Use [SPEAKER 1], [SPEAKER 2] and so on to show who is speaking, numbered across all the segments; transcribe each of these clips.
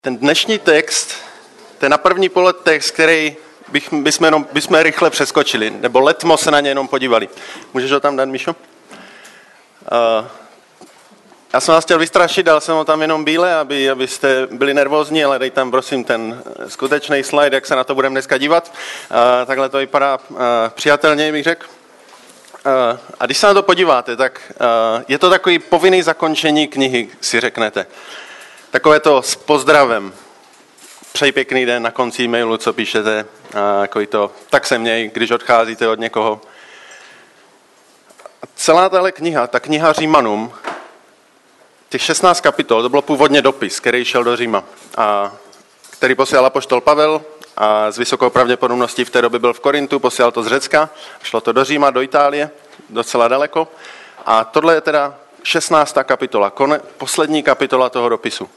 [SPEAKER 1] Ten dnešní text, to je na první pohled text, který bychom rychle přeskočili, nebo letmo se na ně jenom podívali. Můžeš ho tam dát, Míšo? Já jsem vás chtěl vystrašit, dal jsem ho tam jenom bíle, abyste byli nervózní, ale dej tam prosím ten skutečný slide, jak se na to budeme dneska dívat. Takhle to vypadá přijatelně, bych řekl. A když se na to podíváte, tak je to takový povinný zakončení knihy, si řeknete. Takové to s pozdravem. Přeji pěkný den na konci e-mailu, co píšete. Takový to, tak se měj, když odcházíte od někoho. Celá tahle kniha, ta kniha Římanům, těch 16 kapitol, to bylo původně dopis, který šel do Říma, a který posílal apoštol Pavel a s vysokou pravděpodobností v té době byl v Korintu, posílal to z Řecka, šlo to do Říma, do Itálie, docela daleko. A tohle je teda 16. kapitola, poslední kapitola toho dopisu.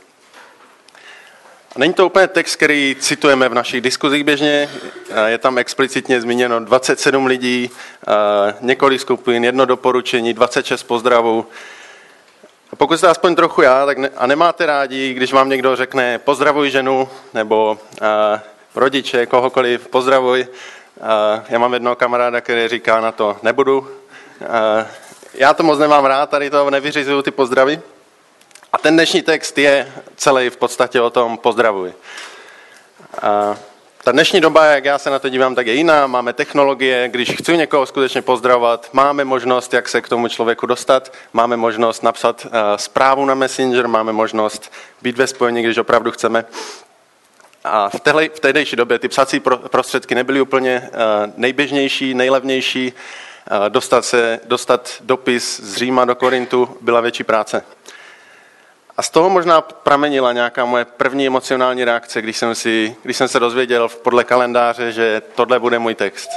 [SPEAKER 1] A není to úplně text, který citujeme v našich diskuzích běžně, je tam explicitně zmíněno 27 lidí, několik skupin, 1 doporučení, 26 pozdravů. A pokud jste aspoň trochu a nemáte rádi, když vám někdo řekne pozdravuj ženu, nebo rodiče, kohokoliv, pozdravuj. Já mám jednoho kamaráda, který říká na to nebudu. Já to moc nemám rád, tady to nevyřizuju ty pozdravy. A ten dnešní text je celý v podstatě o tom pozdravuj. Ta dnešní doba, jak já se na to dívám, tak je jiná. Máme technologie, když chci někoho skutečně pozdravovat, máme možnost, jak se k tomu člověku dostat, máme možnost napsat zprávu na Messenger, máme možnost být ve spojení, když opravdu chceme. A v tehdejší době ty psací prostředky nebyly úplně nejběžnější, nejlevnější. Dostat dopis z Říma do Korintu byla větší práce. A z toho možná pramenila nějaká moje první emocionální reakce, když jsem se dozvěděl podle kalendáře, že tohle bude můj text.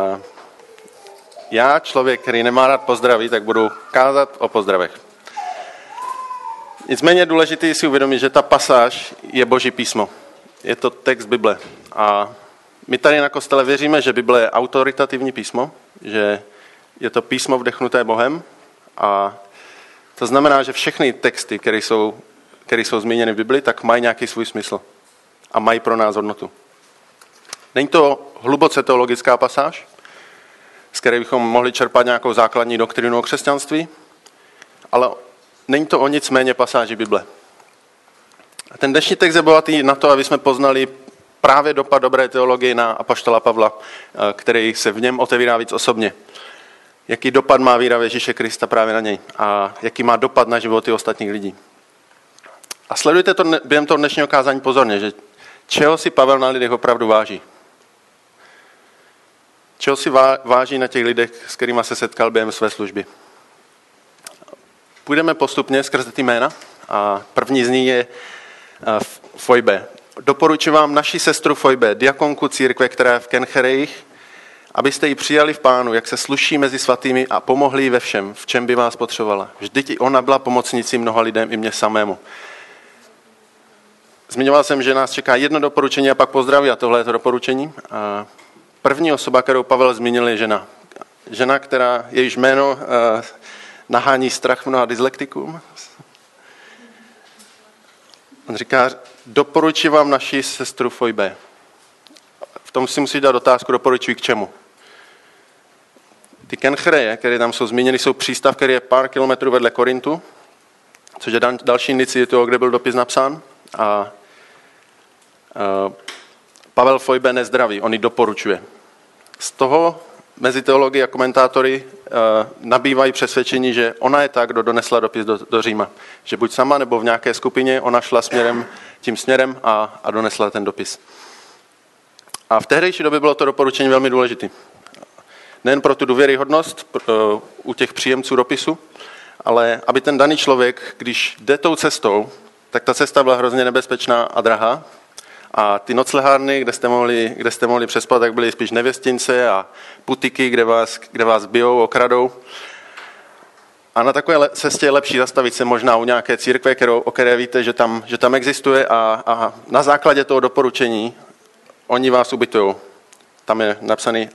[SPEAKER 1] Já, člověk, který nemá rád pozdraví, tak budu kázat o pozdravech. Nicméně je důležité si uvědomit, že ta pasáž je Boží písmo. Je to text Bible. A my tady na kostele věříme, že Bible je autoritativní písmo, že je to písmo vdechnuté Bohem, a to znamená, že všechny texty, které jsou zmíněny v Bibli, tak mají nějaký svůj smysl a mají pro nás hodnotu. Není to hluboce teologická pasáž, z které bychom mohli čerpat nějakou základní doktrinu o křesťanství, ale není to o nic méně pasáži Bible. A ten dnešní text je bohatý na to, aby jsme poznali právě dopad dobré teologie na apoštola Pavla, který se v něm otevírá víc osobně. Jaký dopad má víra v Ježíše Krista právě na něj a jaký má dopad na životy ostatních lidí. A sledujte to během toho dnešního kázání pozorně, že čeho si Pavel na lidech opravdu váží. Čeho si váží na těch lidech, s kterými se setkal během své služby. Půjdeme postupně skrze ty jména a první z nich je Fojbe. Doporučuji vám naši sestru Fojbe, diakonku církve, která je v Kencherejích, abyste ji přijali v Pánu, jak se sluší mezi svatými a pomohli jí ve všem, v čem by vás potřebovala. Vždyť i ona byla pomocnicí mnoha lidem, i mně samému. Zmiňoval jsem, že nás čeká 1 doporučení a pak pozdraví, a tohle je to doporučení. A první osoba, kterou Pavel zmínil, je žena. Žena, jejíž jméno nahání strach mnoha dyslektikům. On říká, doporučuji vám naši sestru Fojbe. V tom si musíš dát otázku, doporučuji k čemu. Ty Kenchereje, které tam jsou zmíněny, jsou přístav, který je pár kilometrů vedle Korintu, což je další indicie toho, kde byl dopis napsán. A Pavel Fojbe nezdraví, on ji doporučuje. Z toho mezi teology a komentátory nabývají přesvědčení, že ona je ta, kdo donesla dopis do Říma. Že buď sama, nebo v nějaké skupině ona šla tím směrem a donesla ten dopis. A v tehdejší době bylo to doporučení velmi důležité. Nejen pro tu důvěryhodnost u těch příjemců dopisu, ale aby ten daný člověk, když jde tou cestou, tak ta cesta byla hrozně nebezpečná a drahá. A ty noclehárny, kde jste mohli přespat, tak byly spíš nevěstince a putiky, kde vás bijou, okradou. A na takové cestě je lepší zastavit se možná u nějaké církve, o které víte, že tam existuje, a na základě toho doporučení oni vás ubytujou. Tam je napsaný,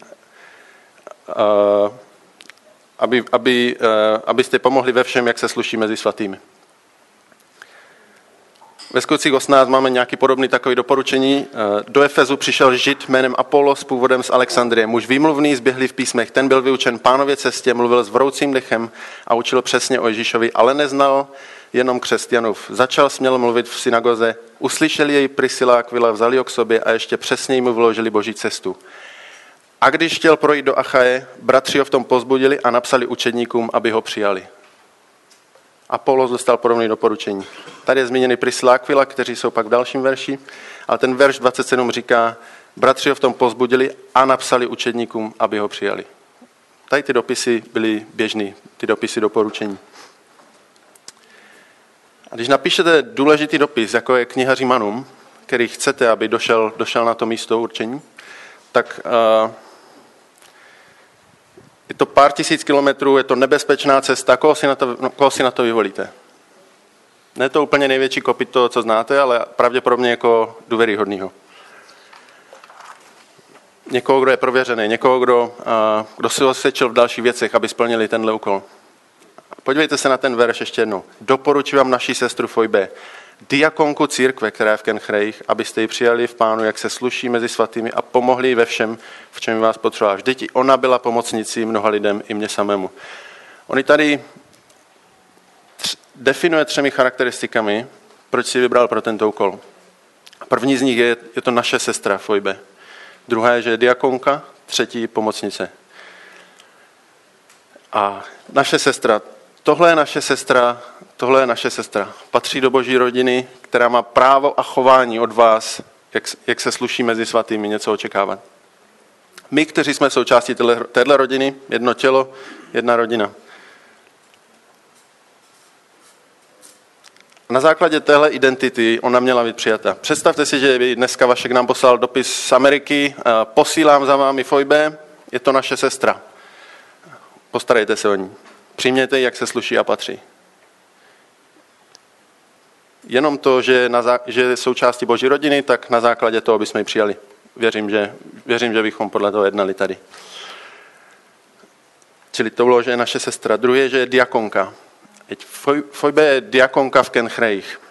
[SPEAKER 1] abyste pomohli ve všem, jak se sluší mezi svatými. Ve Skutcích 18 máme nějaký podobný takový doporučení. Do Efezu přišel Žid jménem Apolos, původem z Alexandrie. Muž výmluvný, zběhlý v písmech. Ten byl vyučen Pánově cestě, mluvil s vroucím dechem a učil přesně o Ježíšovi, ale neznal jenom křesťanův. Začal směl mluvit v synagoze, uslyšeli jej Priscila a Aquila, vzali ho k sobě a ještě přesněji mu vyložili Boží cestu. A když chtěl projít do Achaje, bratři ho v tom pozbudili a napsali učedníkům, aby ho přijali. Apolos dostal podobné doporučení. Tady je zmíněný Priscila a Aquila, kteří jsou pak v dalším verši, ale ten verš 27 říká, bratři ho v tom pozbudili a napsali učedníkům, aby ho přijali. Tady ty dopisy byly běžný, ty dopisy doporučení. A když napíšete důležitý dopis, jako je kniha Římanům, který chcete, aby došel na to místo určení, tak je to pár tisíc kilometrů, je to nebezpečná cesta, koho si na to vyvolíte? Ne to úplně největší kopyto, co znáte, ale pravděpodobně jako důvěryhodného. Někoho, kdo je prověřený, někoho, kdo si osvědčil v dalších věcech, aby splnili tenhle úkol. Podívejte se na ten verš ještě jednou. Doporučuji vám naši sestru Fojbe, diakonku církve, která je v Kenchrejch, abyste ji přijali v Pánu, jak se sluší mezi svatými a pomohli jí ve všem, v čem vás potřebovala. Vždyť i ona byla pomocnicí mnoha lidem, i mně samému. On tady definuje 3 charakteristikami, proč si vybral pro tento úkol. První z nich je to naše sestra Fojbe. Druhá je, že je diakonka, třetí pomocnice. A naše sestra, tohle je naše sestra. Patří do Boží rodiny, která má právo a chování od vás, jak se sluší mezi svatými, něco očekávat. My, kteří jsme součástí téhle rodiny, jedno tělo, jedna rodina. Na základě téhle identity ona měla být přijata. Představte si, že dneska Vašek nám poslal dopis z Ameriky, posílám za vámi Fojbe, je to naše sestra. Postarejte se o ní. Přijměte ji, jak se sluší a patří. Jenom to, že je součástí Boží rodiny, tak na základě toho bychom ji přijali. Věřím, že bychom podle toho jednali tady. Čili to bylo, že je naše sestra. Druhé, že je diakonka. Fojbe je diakonka v Kenchrejch.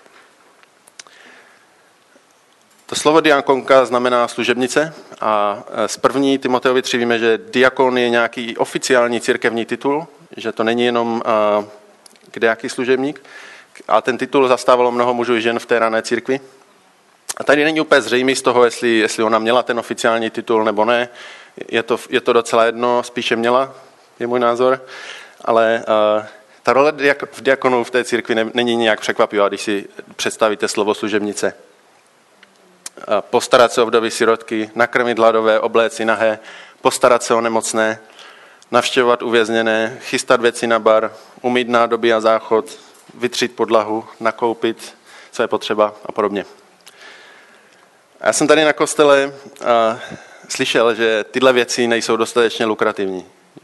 [SPEAKER 1] To slovo diakonka znamená služebnice a z 1. Timoteovi 3 víme, že diakon je nějaký oficiální církevní titul, že to není jenom kdejaký služebník. A ten titul zastávalo mnoho mužů i žen v té rané církvi. A tady není úplně zřejmý z toho, jestli ona měla ten oficiální titul nebo ne. Je to docela jedno, spíše měla, je můj názor. Ale ta role v diakonu v té církvi není nějak překvapivá, když si představíte slovo služebnice. Postarat se o vdovy sirotky, nakrmit hladové, obléci nahé, postarat se o nemocné, navštěvovat uvězněné, chystat věci na bar, umýt nádoby a záchod, vytřít podlahu, nakoupit, co je potřeba a podobně. A já jsem tady na kostele slyšel, že tyhle věci nejsou dostatečně lukrativní.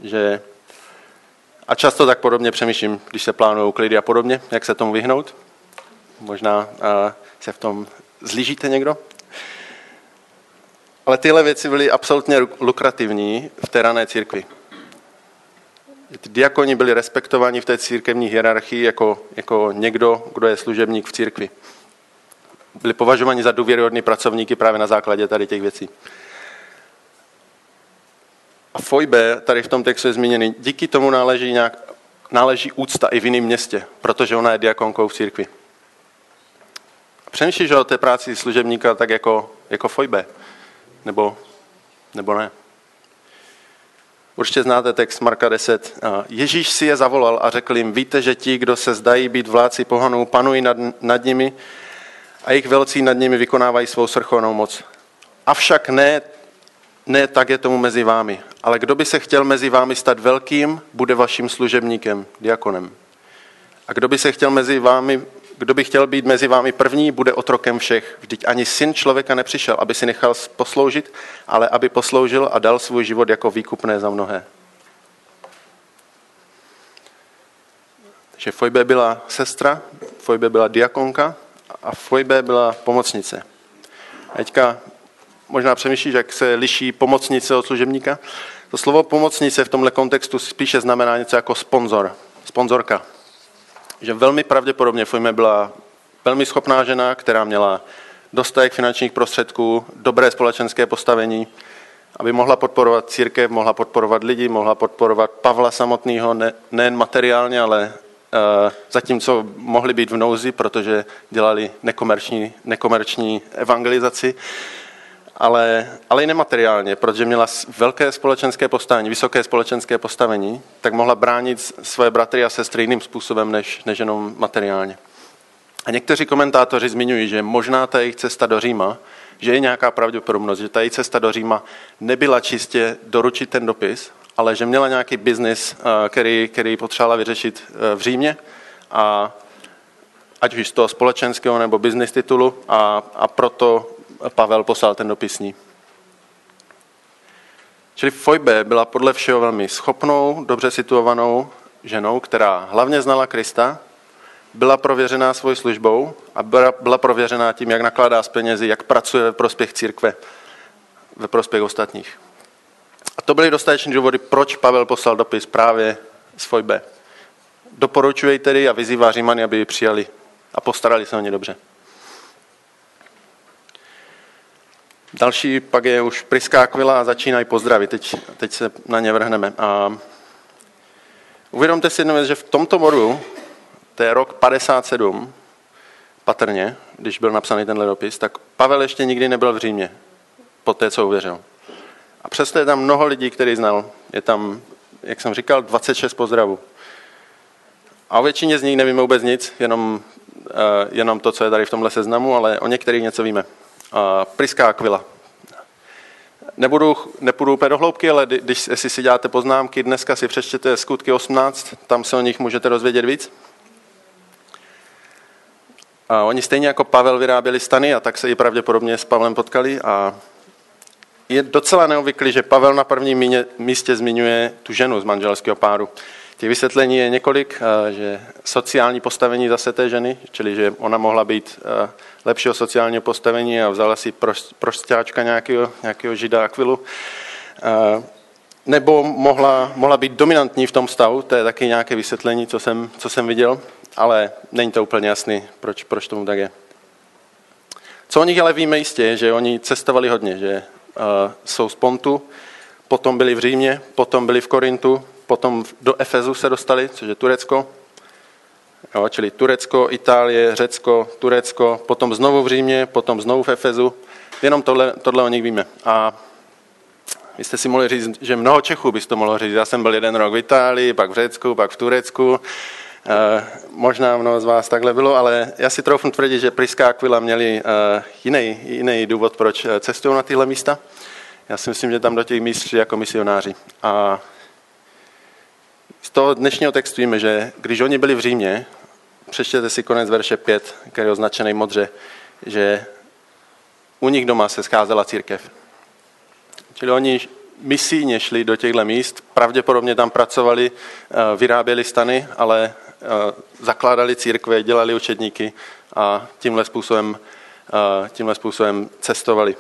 [SPEAKER 1] A často tak podobně přemýšlím, když se plánují klidy a podobně, jak se tomu vyhnout. Možná se v tom zlížíte někdo. Ale tyhle věci byly absolutně lukrativní v té rané církvi. Ty diakoni byli respektováni v té církevní hierarchii jako někdo, kdo je služebník v církvi. Byli považováni za důvěryhodní pracovníky právě na základě tady těch věcí. A Fojbe tady v tom textu je zmíněný, díky tomu náleží úcta i v jiném městě, protože ona je diakonkou v církvi. Přemýšlíš o té práci služebníka tak jako Fojbe? Nebo ne? Určitě znáte text Marka 10. Ježíš si je zavolal a řekl jim, víte, že ti, kdo se zdají být vládci pohanů, panují nad nimi a jejich velcí nad nimi vykonávají svou svrchovanou moc. Avšak ne tak je tomu mezi vámi, ale kdo by se chtěl mezi vámi stát velkým, bude vaším služebníkem, diakonem. A kdo by chtěl být mezi vámi první, bude otrokem všech. Vždyť ani Syn člověka nepřišel, aby si nechal posloužit, ale aby posloužil a dal svůj život jako výkupné za mnohé. Takže Fojbe byla sestra, Fojbe byla diakonka a Fojbe byla pomocnice. A teďka možná přemýšlíš, jak se liší pomocnice od služebníka. To slovo pomocnice v tomhle kontextu spíše znamená něco jako sponzorka. Že velmi pravděpodobně Fojbe byla velmi schopná žena, která měla dostatek finančních prostředků, dobré společenské postavení, aby mohla podporovat církev, mohla podporovat lidi, mohla podporovat Pavla samotného, nejen materiálně, ale zatímco mohli být v nouzi, protože dělali nekomerční evangelizaci, ale i nemateriálně, protože měla velké společenské postavení, vysoké společenské postavení, tak mohla bránit svoje bratry a sestry jiným způsobem, než jenom materiálně. A někteří komentátoři zmiňují, že možná ta jejich cesta do Říma, že je nějaká pravděpodobnost, že ta jejich cesta do Říma nebyla čistě doručit ten dopis, ale že měla nějaký biznis, který potřebovala vyřešit v Římě, a ať už z toho společenského nebo business titulu, a proto Pavel poslal ten dopis s ní. Čili Fojbe byla podle všeho velmi schopnou, dobře situovanou ženou, která hlavně znala Krista, byla prověřená svojí službou a byla prověřená tím, jak nakládá s penězi, jak pracuje ve prospěch církve, ve prospěch ostatních. A to byly dostatečné důvody, proč Pavel poslal dopis právě z Fojbe. Doporučuje tedy a vyzývá Římany, aby ji přijali a postarali se o ně dobře. Další pak je už Priska Aquila a začínají pozdravy. Teď se na ně vrhneme. A uvědomte si jednu věc, že v tomto bodu, to je rok 57, patrně, když byl napsaný tenhle dopis, tak Pavel ještě nikdy nebyl v Římě, po té, co uvěřil. A přesto je tam mnoho lidí, který znal. Je tam, jak jsem říkal, 26 pozdravů. A o většině z nich nevíme vůbec nic, jenom to, co je tady v tomhle seznamu, ale o některých něco víme. Priska Aquila. Nepůjdu úplně do hloubky, ale jestli si děláte poznámky, dneska si přečtěte Skutky 18, tam se o nich můžete dozvědět víc. A oni stejně jako Pavel vyráběli stany, a tak se i pravděpodobně s Pavlem potkali. A je docela neobvyklý, že Pavel na prvním místě zmiňuje tu ženu z manželského páru. Těch vysvětlení je několik, že sociální postavení zase té ženy, čili že ona mohla být lepšího sociálního postavení a vzala si prosťáčka nějakého žida Aquilu, nebo mohla být dominantní v tom stavu, to je taky nějaké vysvětlení, co jsem viděl, ale není to úplně jasný, proč tomu tak je. Co o nich ale víme jistě, je, že oni cestovali hodně, že jsou z Pontu, potom byli v Římě, potom byli v Korintu, potom do Efezu se dostali, což je Turecko, čili Turecko, Itálie, Řecko, Turecko, potom znovu v Římě, potom znovu v Efezu. Jenom tohle o nich víme. A vy jste si mohli říct, že mnoho Čechů bys to mohlo říct. Já jsem byl 1 rok v Itálii, pak v Řecku, pak v Turecku. Možná mnoho z vás takhle bylo, ale já si troufnu tvrdit, že Priska a Aquila měli jiný důvod, proč cestují na tyhle místa. Já si myslím, že tam do těch míst šli jako misionáři. A z toho dnešního textu víme, že když oni byli v Římě, přečtěte si konec verše 5, který je označený modře, že u nich doma se scházela církev. Čili oni misijně šli do těchto míst, pravděpodobně tam pracovali, vyráběli stany, ale zakládali církve, dělali učedníky a tímhle způsobem cestovali.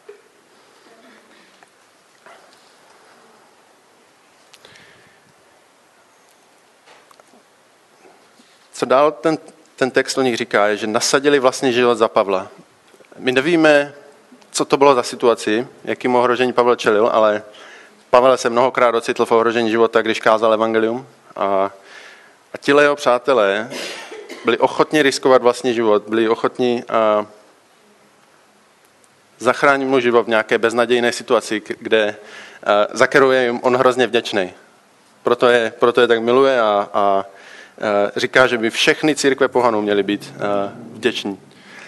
[SPEAKER 1] Co dál ten text o nich říká, je, že nasadili vlastně život za Pavla. My nevíme, co to bylo za situaci, jakým ohrožení Pavel čelil, ale Pavel se mnohokrát ocitl v ohrožení života, když kázal evangelium. A tihle jeho přátelé byli ochotni riskovat vlastní život, byli ochotni zachránit mu život v nějaké beznadějné situaci, za kterou je jim on hrozně vděčný. Proto je tak miluje a říká, že by všechny církve pohanů měly být vděční.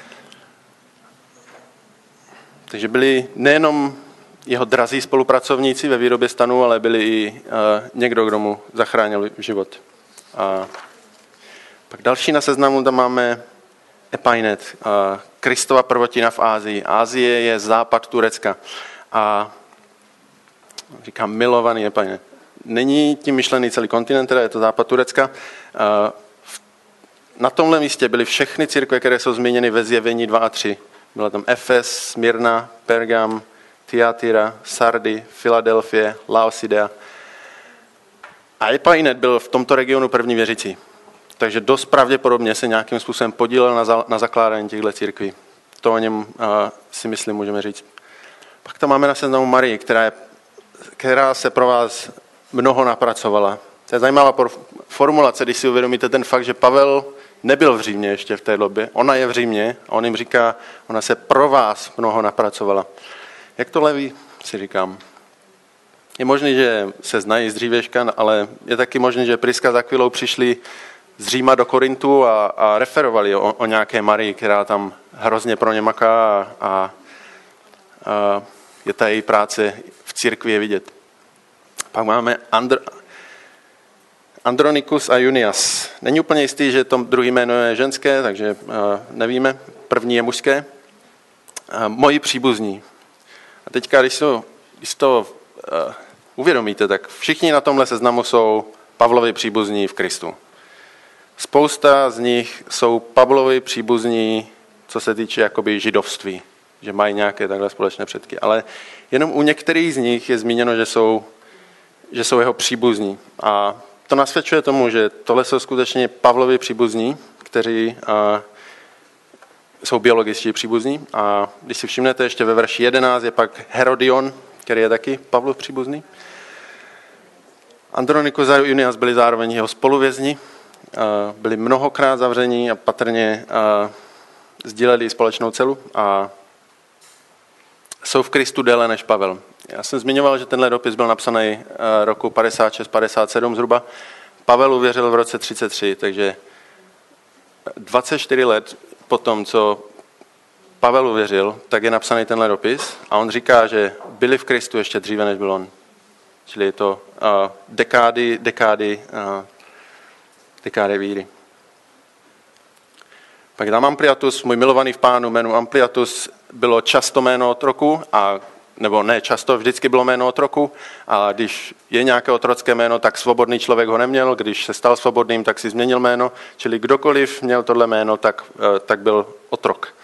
[SPEAKER 1] Takže byli nejenom jeho drazí spolupracovníci ve výrobě stanů, ale byli i někdo, kdo mu zachránil život. A pak další na seznamu tam máme Epainet, Kristova prvotina v Ázii. Ázie je západ Turecka. A říkám milovaný Epainet. Není tím myšlený celý kontinent, teda je to západ Turecka. Na tomhle místě byly všechny církve, které jsou zmíněny ve Zjevení 2 a 3. Byla tam Efes, Smyrna, Pergam, Thyatira, Sardy, Filadelfie, Laodicea. A Epainet byl v tomto regionu první věřící. takže dost pravděpodobně se nějakým způsobem podílel na zakládání těchto církví. To o něm si myslím můžeme říct. Pak tam máme na seznamu Marii, která se pro vás mnoho napracovala. To je zajímavá formulace, když si uvědomíte ten fakt, že Pavel nebyl v Římě ještě v té době. Ona je v Římě a on jim říká, ona se pro vás mnoho napracovala. Jak to leví, si říkám. Je možný, že se znají z dřívěžka, ale je taky možný, že Priska s Akvilou přišli z Říma do Korintu a referovali o nějaké Marii, která tam hrozně pro ně maká a je ta její práce v církvi je vidět. Pak máme Andronikus a Junias. Není úplně jistý, že to druhý jméno je ženské, takže nevíme. První je mužské. Moji příbuzní. A teďka, když to uvědomíte, tak všichni na tomhle seznamu jsou Pavlovi příbuzní v Kristu. Spousta z nich jsou Pavlovi příbuzní, co se týče jakoby židovství, že mají nějaké takhle společné předky. Ale jenom u některých z nich je zmíněno, že jsou jeho příbuzní. A to nasvědčuje tomu, že tohle jsou skutečně Pavlovi příbuzní, kteří jsou biologičtí příbuzní. A když si všimnete, ještě ve verši 11 je pak Herodion, který je taky Pavlov příbuzný. Andronikus a Junias byli zároveň jeho spoluvězni, byli mnohokrát zavření a patrně sdíleli společnou celu a jsou v Kristu déle než Pavel. Já jsem zmiňoval, že tenhle dopis byl napsaný roku 56-57 zhruba. Pavel uvěřil v roce 33, takže 24 let potom, co Pavel uvěřil, tak je napsaný tenhle dopis a on říká, že byli v Kristu ještě dříve, než byl on. Čili je to dekády víry. Pak dám Ampliatus, můj milovaný v Pánu, jméno Ampliatus bylo často jméno otroku, nebo ne často, vždycky bylo jméno otroku, a když je nějaké otrocké jméno, tak svobodný člověk ho neměl, když se stal svobodným, tak si změnil jméno, čili kdokoliv měl tohle jméno, tak byl otrok.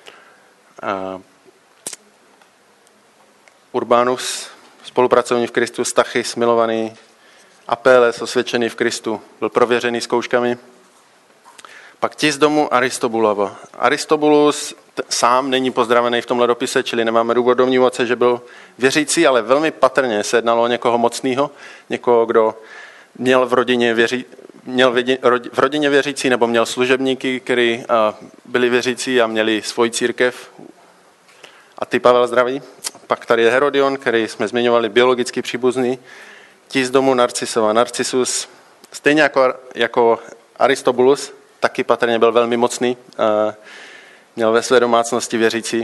[SPEAKER 1] Urbanus, spolupracovník v Kristu, Stachys, milovaný, Apelles, osvědčený v Kristu, byl prověřený zkouškami. Pak ti z domu Aristobulova. Aristobulus sám není pozdravený v tomhle dopise, čili nemáme důvod domnívat se, že byl věřící, ale velmi patrně se jednalo o někoho mocného, někoho, kdo měl v rodině věřící nebo měl služebníky, kteří byli věřící a měli svoji církev. A ty, Pavel, zdraví. Pak tady je Herodion, který jsme zmiňovali, biologicky příbuzný. Ti z domu Narcisova. Narcisus, stejně jako Aristobulus, taky patrně byl velmi mocný. Měl ve své domácnosti věřící.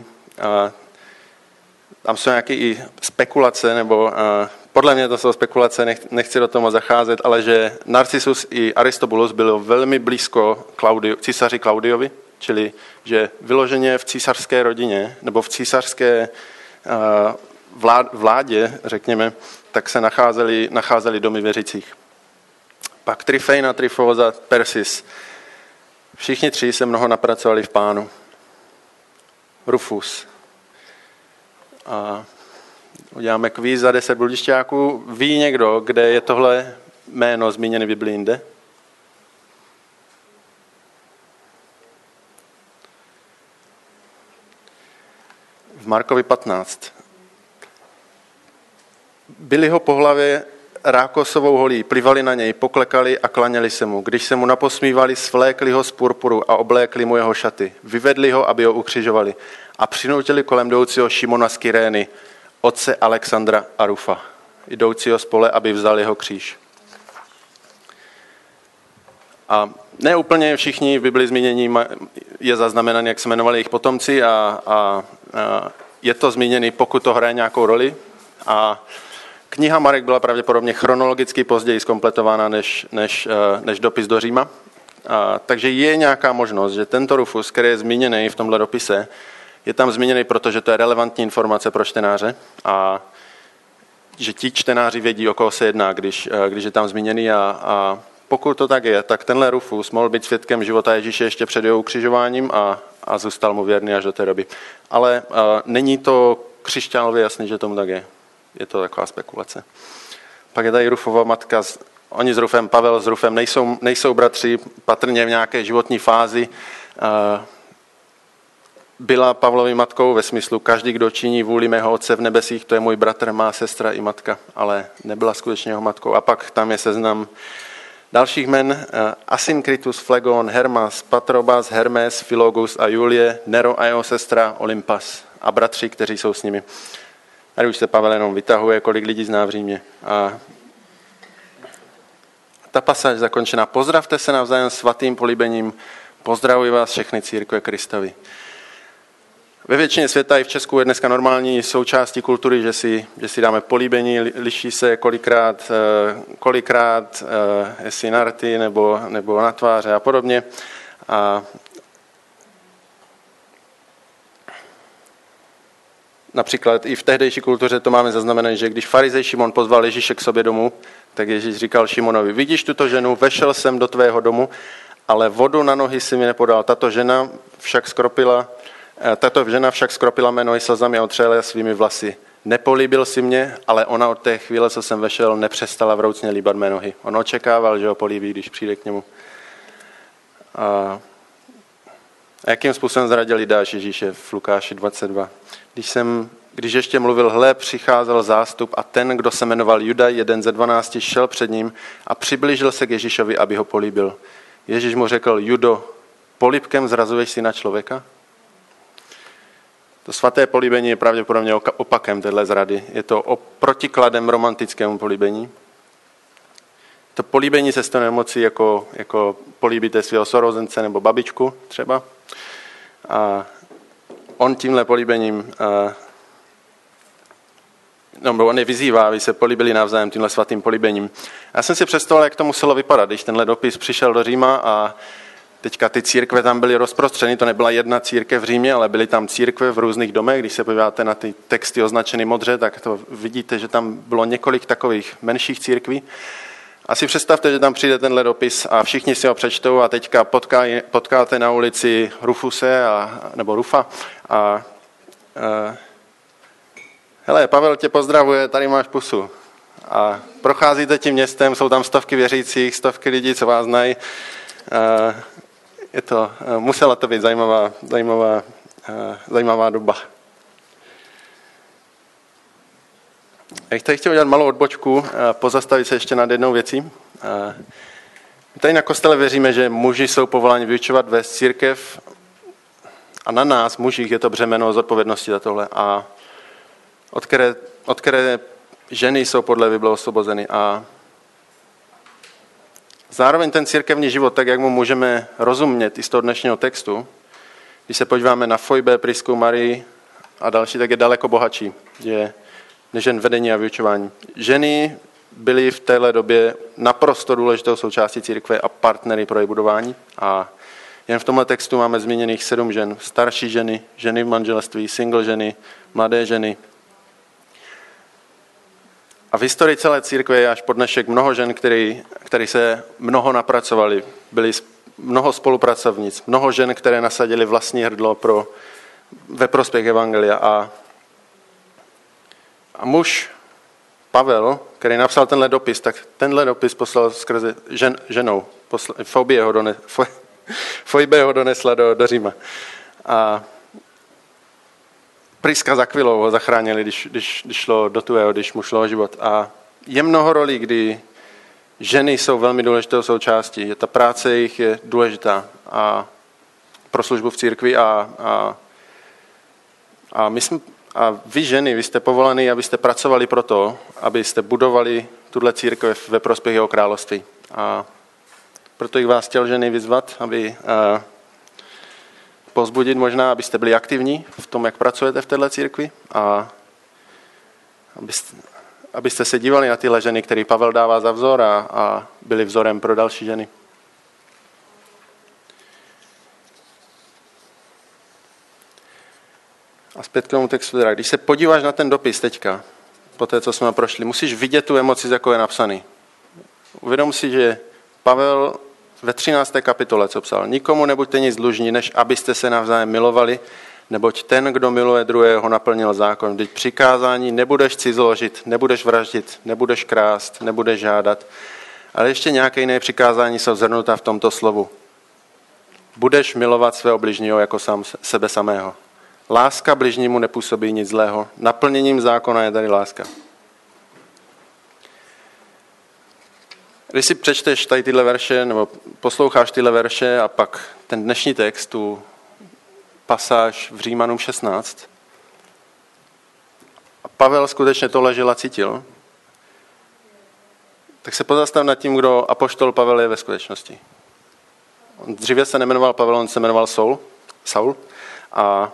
[SPEAKER 1] Tam jsou nějaké i spekulace, nebo podle mě to jsou spekulace, nechci do toho zacházet, ale že Narcissus i Aristobulus bylo velmi blízko císaři Klaudiovi, čili že vyloženě v císařské rodině nebo v císařské vládě, řekněme, tak se nacházeli domy věřících. Pak Tryfejna, Tryfóza, Persis. Všichni tři se mnoho napracovali v Pánu. Rufus. A uděláme kvíz za 10 bludišťáků. Ví někdo, kde je tohle jméno zmíněné v Biblii jinde? V Markovi 15. Byli ho po hlavě rákosovou holí, plivali na něj, poklekali a klaněli se mu. Když se mu naposmívali, svlékli ho z purpuru a oblékli mu jeho šaty. Vyvedli ho, aby ho ukřižovali. A přinutili kolem jdoucího Šimona z Kyrény, otce Alexandra a Rufa, jdoucího z pole, aby vzal jeho kříž. A ne úplně všichni v Bibli zmínění je zaznamenaný, jak se jmenovali jejich potomci a je to zmíněný, pokud to hraje nějakou roli. A kniha Marek byla pravděpodobně chronologicky později zkompletována než dopis do Říma. Takže je nějaká možnost, že tento Rufus, který je zmíněný v tomhle dopise, je tam zmíněný, protože to je relevantní informace pro čtenáře a že ti čtenáři vědí, o koho se jedná, když je tam zmíněný a pokud to tak je, tak tenhle Rufus mohl být svědkem života Ježíše ještě před jeho ukřižováním a zůstal mu věrný až do té doby. Ale není to křišťálově jasný, že tomu tak je. Je to taková spekulace. Pak je tady Rufova matka oni s Rufem, Pavel s Rufem nejsou bratři, patrně v nějaké životní fázi. Byla Pavlovou matkou ve smyslu, každý, kdo činí vůli mého Otce v nebesích, to je můj bratr, má sestra i matka, ale nebyla skutečně jeho matkou. A pak tam je seznam dalších jmen: Asynkritus, Flegon, Hermas, Patrobas, Hermes, Philogus a Julie, Nero a jeho sestra Olympas a bratři, kteří jsou s nimi. Tady už se Pavel jenom vytahuje, kolik lidí zná v Římě. A ta pasáž zakončená: Pozdravte se navzájem svatým políbením, pozdravuji vás všechny církve Kristovi. Ve většině světa i v Česku je dneska normální součástí kultury, že si dáme políbení, liší se kolikrát jestli na rty nebo na tváře a podobně. A například i v tehdejší kultuře to máme zaznamenané, že když farizej Šimon pozval Ježíše k sobě domů, tak Ježíš říkal Šimonovi: vidíš tuto ženu, vešel jsem do tvého domu, ale vodu na nohy si mi nepodal. Tato žena však skropila mé nohy slzami a otřela svými vlasy. Nepolíbil si mě, ale ona od té chvíle, co jsem vešel, nepřestala vroucně líbat mé nohy. On očekával, že ho políbí, když přijde k němu. A jakým způsobem zradil Jidáš Ježíše v Lukáši 22? Když ještě mluvil, hle, přicházel zástup a ten, kdo se jmenoval Juda, jeden ze 12, šel před ním a přiblížil se k Ježíšovi, aby ho políbil. Ježíš mu řekl: Judo, polibkem zrazuješ syna člověka? To svaté políbení je pravděpodobně opakem téhle zrady. Je to protikladem romantickému políbení. To políbení se stane mocí, jako políbíte svého sorozence nebo babičku třeba. A on tímhle políbením, on je vyzývá, aby se políbili navzájem tímhle svatým políbením. Já jsem si představil, jak to muselo vypadat, když tenhle dopis přišel do Říma a teďka ty církve tam byly rozprostřeny, to nebyla jedna církev v Římě, ale byly tam církve v různých domech. Když se podíváte na ty texty označený modře, tak to vidíte, že tam bylo několik takových menších církví. A si představte, že tam přijde tenhle dopis a všichni si ho přečtou a teďka potkáte na ulici Rufuse nebo Rufa a hele, Pavel tě pozdravuje, tady máš pusu. A procházíte tím městem, jsou tam stovky věřících, stovky lidí, co vás znají. Musela to být zajímavá doba. Já tady chtěl udělat malou odbočku, pozastavit se ještě nad jednou věcí. Tady na kostele věříme, že muži jsou povoláni vyučovat, vést církev a na nás, mužích, je to břemeno zodpovědnosti za tohle. A od které ženy jsou podle Bible osvobozeny. A zároveň ten církevní život, tak jak mu můžeme rozumět i z toho dnešního textu, když se podíváme na Fojbe, Prisku, Marii a další, tak je daleko bohatší než jen vedení a vyučování. Ženy byly v téhle době naprosto důležitou součástí církve a partnery pro její budování. A jen v tomhle textu máme zmíněných 7 žen. Starší ženy, ženy v manželství, single ženy, mladé ženy. A v historii celé církve je až po dnešek mnoho žen, který se mnoho napracovali. Byly mnoho spolupracovnic, mnoho žen, které nasadili vlastní hrdlo ve prospěch evangelia. A muž Pavel, který napsal tenhle dopis, tak tenhle dopis poslal skrze ženou. Fojbe ho donesla do Říma. A Priska s Akvilou ho zachránili, když šlo do tuého, když mu šlo o život. A je mnoho rolí, kdy ženy jsou velmi důležitou součástí. Ta práce jejich je důležitá pro službu v církvi a vy ženy, vy jste povolaný, abyste pracovali pro to, abyste budovali tuhle církev ve prospěch jeho království. A proto bych vás chtěl ženy vyzvat, aby povzbudit možná, abyste byli aktivní v tom, jak pracujete v téhle církvi a abyste se dívali na tyhle ženy, které Pavel dává za vzor a byli vzorem pro další ženy. A zpět k tomu textu. Když se podíváš na ten dopis teďka, po té, co jsme prošli, musíš vidět tu emoci, jako je napsaný. Uvědom si, že Pavel ve 13. kapitole, co psal: nikomu nebuďte nic dlužní, než abyste se navzájem milovali, neboť ten, kdo miluje druhého, naplnil zákon. Vždyť přikázání: nebudeš cizoložit, nebudeš vraždit, nebudeš krást, nebudeš žádat. Ale ještě nějaké jiné přikázání jsou zhrnuta v tomto slovu. Budeš milovat svého bližního jako sebe samého. Láska bližnímu nepůsobí nic zlého. Naplněním zákona je tady láska. Když si přečteš tady tyhle verše, nebo posloucháš tyhle verše a pak ten dnešní text, tu pasáž v Římanům 16, a Pavel skutečně tohle žil a cítil, tak se pozastav nad tím, kdo apoštol Pavel je ve skutečnosti. On dříve se nemenoval Pavel, on se jmenoval Saul. A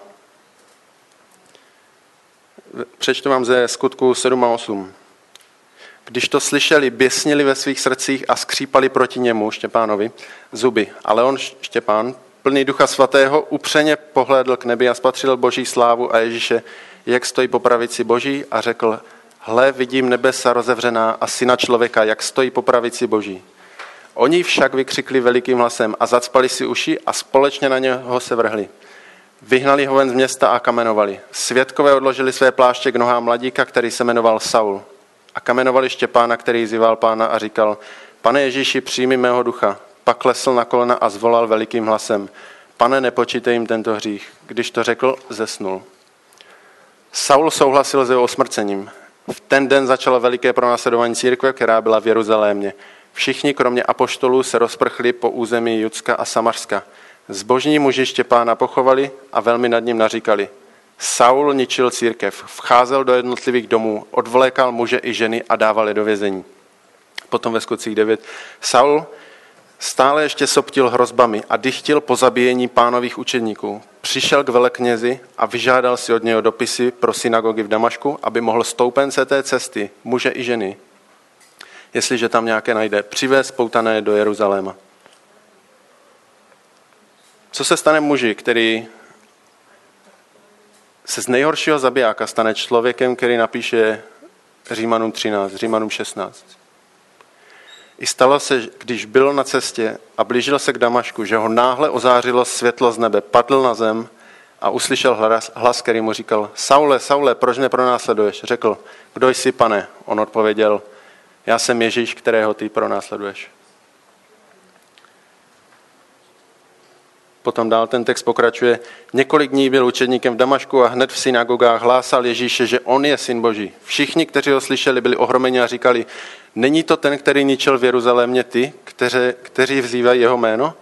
[SPEAKER 1] přečtu vám ze Skutku 7 a 8. Když to slyšeli, běsnili ve svých srdcích a skřípali proti němu, Štěpánovi, zuby. Ale on, Štěpán, plný Ducha Svatého, upřeně pohlédl k nebi a spatřil Boží slávu a Ježíše, jak stojí po pravici Boží, a řekl: Hle, vidím nebesa rozevřená a syna člověka, jak stojí po pravici Boží. Oni však vykřikli velikým hlasem a zacpali si uši a společně na něho se vrhli. Vyhnali ho ven z města a kamenovali. Svědkové odložili své pláště k nohám mladíka, který se jmenoval Saul. A kamenovali Štěpána, který zýval Pána a říkal: Pane Ježíši, přijmi mého ducha. Pak klesl na kolena a zvolal velikým hlasem: Pane, nepočítej jim tento hřích. Když to řekl, zesnul. Saul souhlasil s jeho osmrcením. V ten den začalo veliké pronásledování církve, která byla v Jeruzalémě. Všichni, kromě apoštolů, se rozprchli po území Judska a Samařska. Zbožní muži Štěpána pochovali a velmi nad ním naříkali. Saul ničil církev, vcházel do jednotlivých domů, odvlékal muže i ženy a dával je do vězení. Potom ve Skutcích 9. Saul stále ještě soptil hrozbami a dychtil po zabíjení Pánových učedníků. Přišel k veleknězi a vyžádal si od něho dopisy pro synagogy v Damašku, aby mohl stoupence té cesty, muže i ženy, jestliže tam nějaké najde, přivést poutané do Jeruzaléma. Co se stane muži, který se z nejhoršího zabijáka stane člověkem, který napíše Římanům 13, Římanům 16. I stalo se, když byl na cestě a blížil se k Damašku, že ho náhle ozářilo světlo z nebe, padl na zem a uslyšel hlas, který mu říkal: Saule, Saule, proč mě pronásleduješ? Řekl: Kdo jsi, Pane? On odpověděl: Já jsem Ježíš, kterého ty pronásleduješ. Potom dál ten text pokračuje. Několik dní byl učedníkem v Damašku a hned v synagogách hlásal Ježíše, že on je syn Boží. Všichni, kteří ho slyšeli, byli ohromeni a říkali: Není to ten, který ničil v Jeruzalémě ty, kteří vzývají jeho jméno?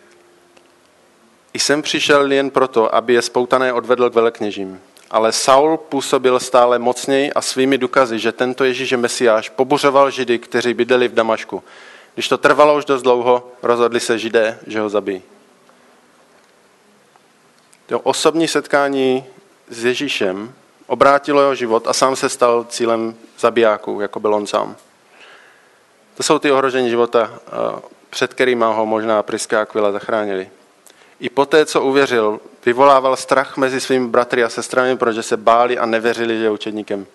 [SPEAKER 1] Jsem přišel jen proto, aby je spoutané odvedl k velekněžím. Ale Saul působil stále mocněji a svými důkazy, že tento Ježíš je Mesiáš, pobuřoval Židy, kteří bydleli v Damašku. Když to trvalo už dost dlouho, rozhodli se Židé, že ho zabijí. To osobní setkání s Ježíšem obrátilo jeho život a sám se stal cílem zabijáků, jako byl on sám. To jsou ty ohrožení života, před kterýma ho možná Priska a Aquila zachránili. I poté, co uvěřil, vyvolával strach mezi svými bratry a sestrami, protože se báli a nevěřili, že je učedníkem.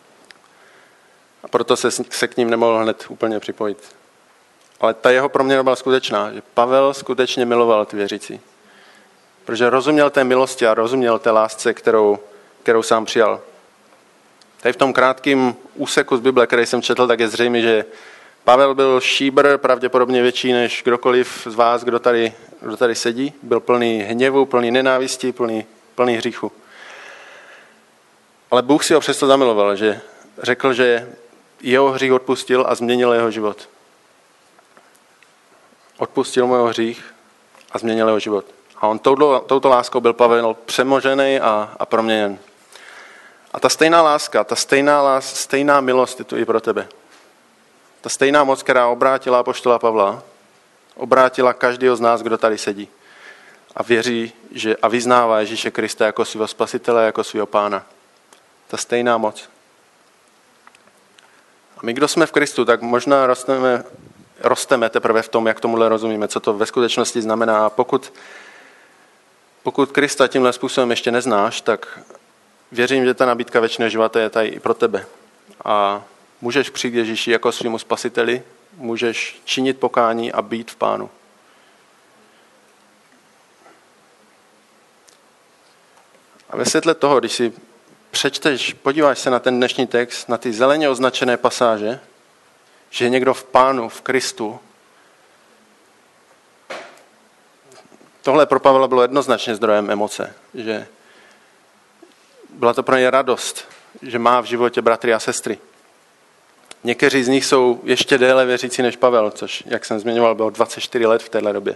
[SPEAKER 1] A proto se k ním nemohl hned úplně připojit. Ale ta jeho proměna byla skutečná, že Pavel skutečně miloval ty věřící. Protože rozuměl té milosti a rozuměl té lásce, kterou sám přijal. Tady v tom krátkém úseku z Bible, který jsem četl, tak je zřejmé, že Pavel byl šíbr, pravděpodobně větší než kdokoliv z vás, kdo tady sedí. Byl plný hněvu, plný nenávisti, plný hříchu. Ale Bůh si ho přesto zamiloval, že řekl, že jeho hřích odpustil a změnil jeho život. Odpustil mu jeho hřích a změnil jeho život. A on touto láskou byl Pavel přemožený a proměněn. A ta stejná láska, stejná milost je tu i pro tebe. Ta stejná moc, která obrátila apoštola Pavla, obrátila každého z nás, kdo tady sedí. A věří a vyznává Ježíše Krista jako svého spasitele, jako svého pána. Ta stejná moc. A my, kdo jsme v Kristu, tak možná rosteme teprve v tom, jak tomuhle rozumíme, co to ve skutečnosti znamená. A pokud Krista tímhle způsobem ještě neznáš, tak věřím, že ta nabídka věčného života je tady i pro tebe. A můžeš přijít Ježíši jako svému spasiteli, můžeš činit pokání a být v Pánu. A ve světle toho, když si přečteš, podíváš se na ten dnešní text, na ty zeleně označené pasáže, že je někdo v Pánu, v Kristu. Tohle pro Pavla bylo jednoznačně zdrojem emoce, že byla to pro ně radost, že má v životě bratry a sestry. Někteří z nich jsou ještě déle věřící než Pavel, což, jak jsem zmiňoval, bylo 24 let v téhle době.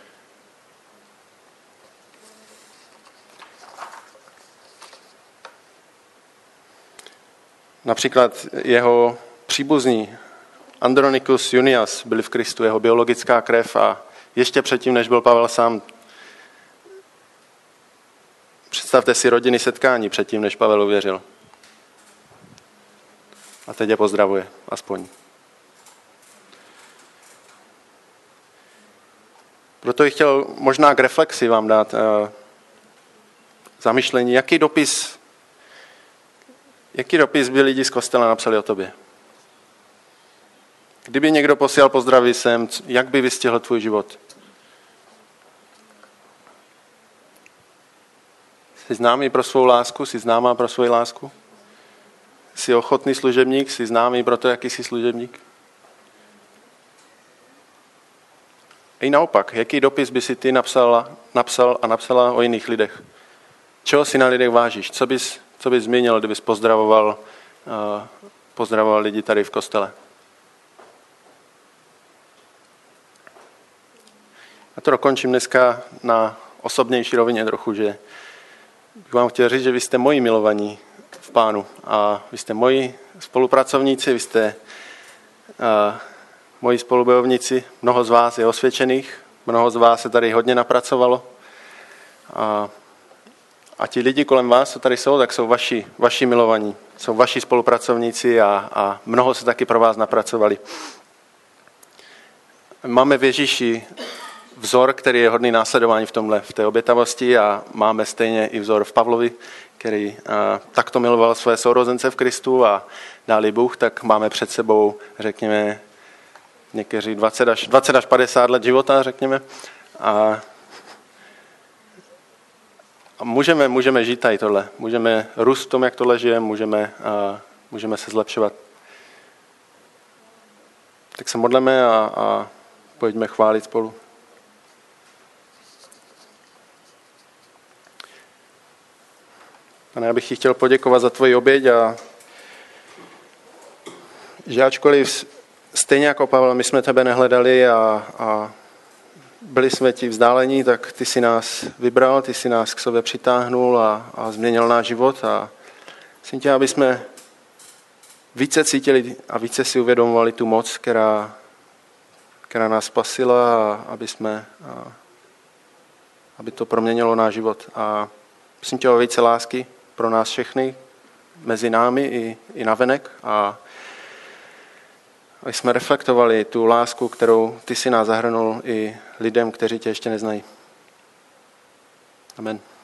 [SPEAKER 1] Například jeho příbuzní Andronicus Junias byli v Kristu, jeho biologická krev, a ještě předtím, než byl Pavel sám. Představte si rodinný setkání předtím, než Pavel uvěřil. A teď je pozdravuje, aspoň. Proto bych chtěl možná k reflexi vám dát zamyšlení, jaký dopis by lidi z kostela napsali o tobě. Kdyby někdo posílal pozdravy sem, jak by vystihl tvůj život? Jsi známý pro svou lásku? Jsi známá pro svou lásku? Jsi ochotný služebník? Jsi známý pro to, jaký jsi služebník? I naopak, jaký dopis by si ty napsal a napsala o jiných lidech? Čeho si na lidech vážíš? Co bys změnil, kdybys pozdravoval lidi tady v kostele? Já to dokončím dneska na osobnější rovině trochu, že bych vám chtěl říct, že vy jste moji milovaní v Pánu a vy jste moji spolupracovníci, vy jste moji spolubojovníci, mnoho z vás je osvědčených, mnoho z vás se tady hodně napracovalo a ti lidi kolem vás, co tady jsou, tak jsou vaši milovaní, jsou vaši spolupracovníci a mnoho se taky pro vás napracovali. Máme v Ježíši vzor, který je hodný následování v té obětavosti, a máme stejně i vzor v Pavlovi, který takto miloval své sourozence v Kristu, a dali Bůh, tak máme před sebou, řekněme, někteří 20 až 50 let života, řekněme. A můžeme žít tady tohle. Můžeme růst v tom, jak tohle žijeme, můžeme se zlepšovat. Tak se modleme a pojďme chválit spolu. Pane, já bych ti chtěl poděkovat za tvoji oběť, a že ačkoliv stejně jako Pavel, my jsme tebe nehledali a byli jsme ti vzdálení, tak ty si nás vybral, ty si nás k sobě přitáhnul a změnil náš život, a jsem tě, aby jsme více cítili a více si uvědomovali tu moc, která nás spasila, a aby to proměnilo náš život. A prosím tě o více lásky pro nás všechny, mezi námi i navenek, a aby jsme reflektovali tu lásku, kterou ty si nás zahrnul i lidem, kteří tě ještě neznají. Amen.